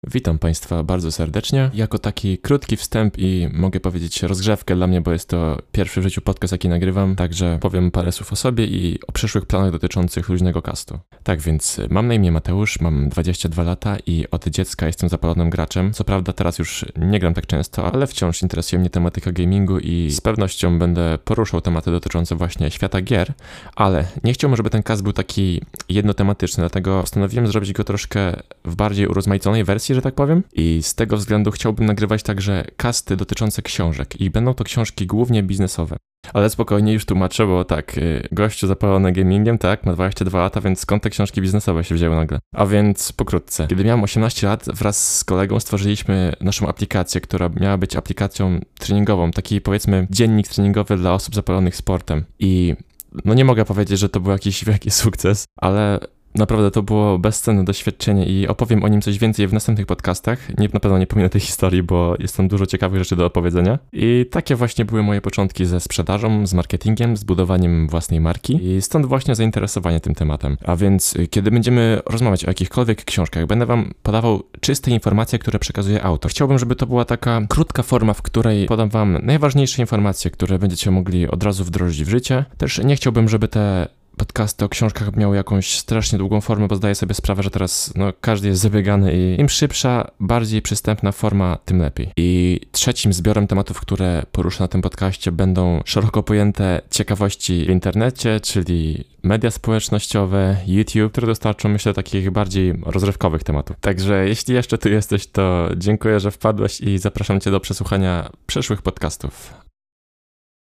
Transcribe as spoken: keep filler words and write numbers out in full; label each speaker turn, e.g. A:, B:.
A: Witam Państwa bardzo serdecznie. Jako taki krótki wstęp i mogę powiedzieć rozgrzewkę dla mnie, bo jest to pierwszy w życiu podcast, jaki nagrywam, także powiem parę słów o sobie i o przyszłych planach dotyczących luźnego castu. Tak więc mam na imię Mateusz, mam dwadzieścia dwa lata i od dziecka jestem zapalonym graczem. Co prawda teraz już nie gram tak często, ale wciąż interesuje mnie tematyka gamingu i z pewnością będę poruszał tematy dotyczące właśnie świata gier, ale nie chciałbym, żeby ten cast był taki jednotematyczny, dlatego postanowiłem zrobić go troszkę w bardziej urozmaiconej wersji, że tak powiem. I z tego względu chciałbym nagrywać także casty dotyczące książek i będą to książki głównie biznesowe. Ale spokojnie, już tłumaczę, bo tak, gościu zapalony gamingiem, tak, ma dwadzieścia dwa lata, więc skąd te książki biznesowe się wzięły nagle? A więc pokrótce. Kiedy miałem osiemnaście lat, wraz z kolegą stworzyliśmy naszą aplikację, która miała być aplikacją treningową, taki powiedzmy dziennik treningowy dla osób zapalonych sportem. I no nie mogę powiedzieć, że to był jakiś wielki sukces, ale naprawdę to było bezcenne doświadczenie i opowiem o nim coś więcej w następnych podcastach. Nie, na pewno nie pominę tej historii, bo jest tam dużo ciekawych rzeczy do opowiedzenia. I takie właśnie były moje początki ze sprzedażą, z marketingiem, z budowaniem własnej marki i stąd właśnie zainteresowanie tym tematem. A więc kiedy będziemy rozmawiać o jakichkolwiek książkach, będę wam podawał czyste informacje, które przekazuje autor. Chciałbym, żeby to była taka krótka forma, w której podam wam najważniejsze informacje, które będziecie mogli od razu wdrożyć w życie. Też nie chciałbym, żeby te podcasty o książkach miały jakąś strasznie długą formę, bo zdaję sobie sprawę, że teraz no, każdy jest zabiegany i im szybsza, bardziej przystępna forma, tym lepiej. I trzecim zbiorem tematów, które poruszę na tym podcaście, będą szeroko pojęte ciekawości w internecie, czyli media społecznościowe, YouTube, które dostarczą, myślę, takich bardziej rozrywkowych tematów. Także jeśli jeszcze tu jesteś, to dziękuję, że wpadłeś i zapraszam cię do przesłuchania przyszłych podcastów.